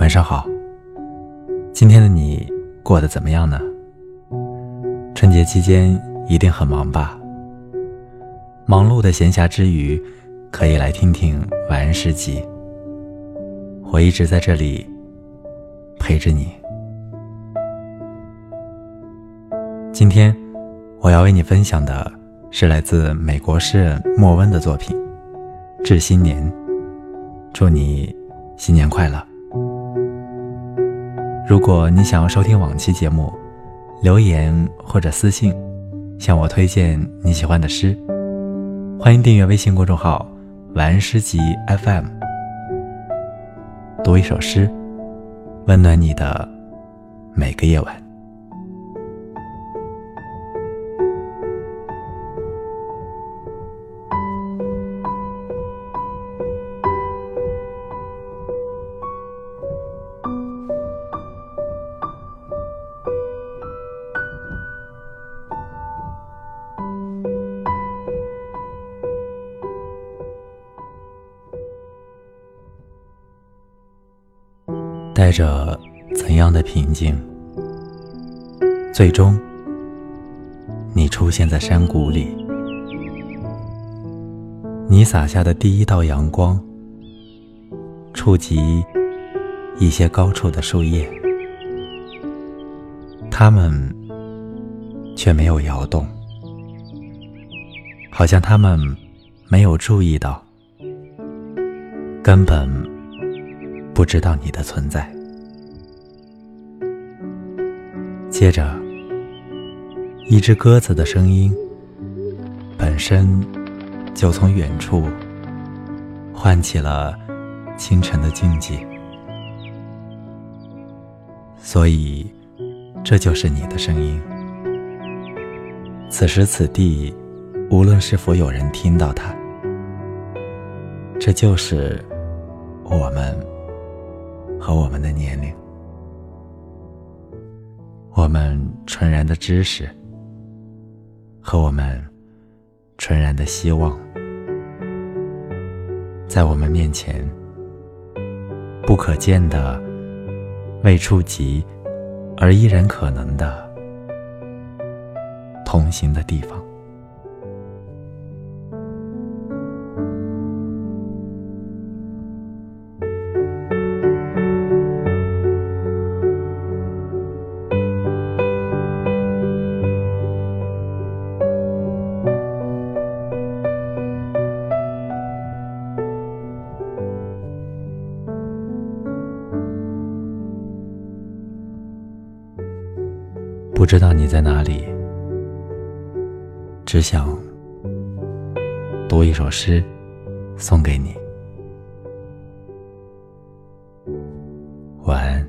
晚上好，今天的你过得怎么样呢？春节期间一定很忙吧？忙碌的闲暇之余，可以来听听晚安诗集，我一直在这里陪着你。今天我要为你分享的是来自美国诗人莫温的作品《致新年》，祝你新年快乐。如果你想要收听往期节目，留言或者私信向我推荐你喜欢的诗，欢迎订阅微信公众号晚安诗集 FM， 读一首诗，温暖你的每个夜晚。带着怎样的平静，最终你出现在山谷里。你洒下的第一道阳光触及一些高处的树叶，它们却没有摇动，好像它们没有注意到，根本不知道你的存在。接着，一只鸽子的声音本身就从远处唤起了清晨的静寂，所以这就是你的声音。此时此地，无论是否有人听到它，这就是我们和我们的年龄，我们纯然的知识和我们纯然的希望，在我们面前不可见的、未触及而依然可能的同行的地方。不知道你在哪里，只想读一首诗送给你。晚安。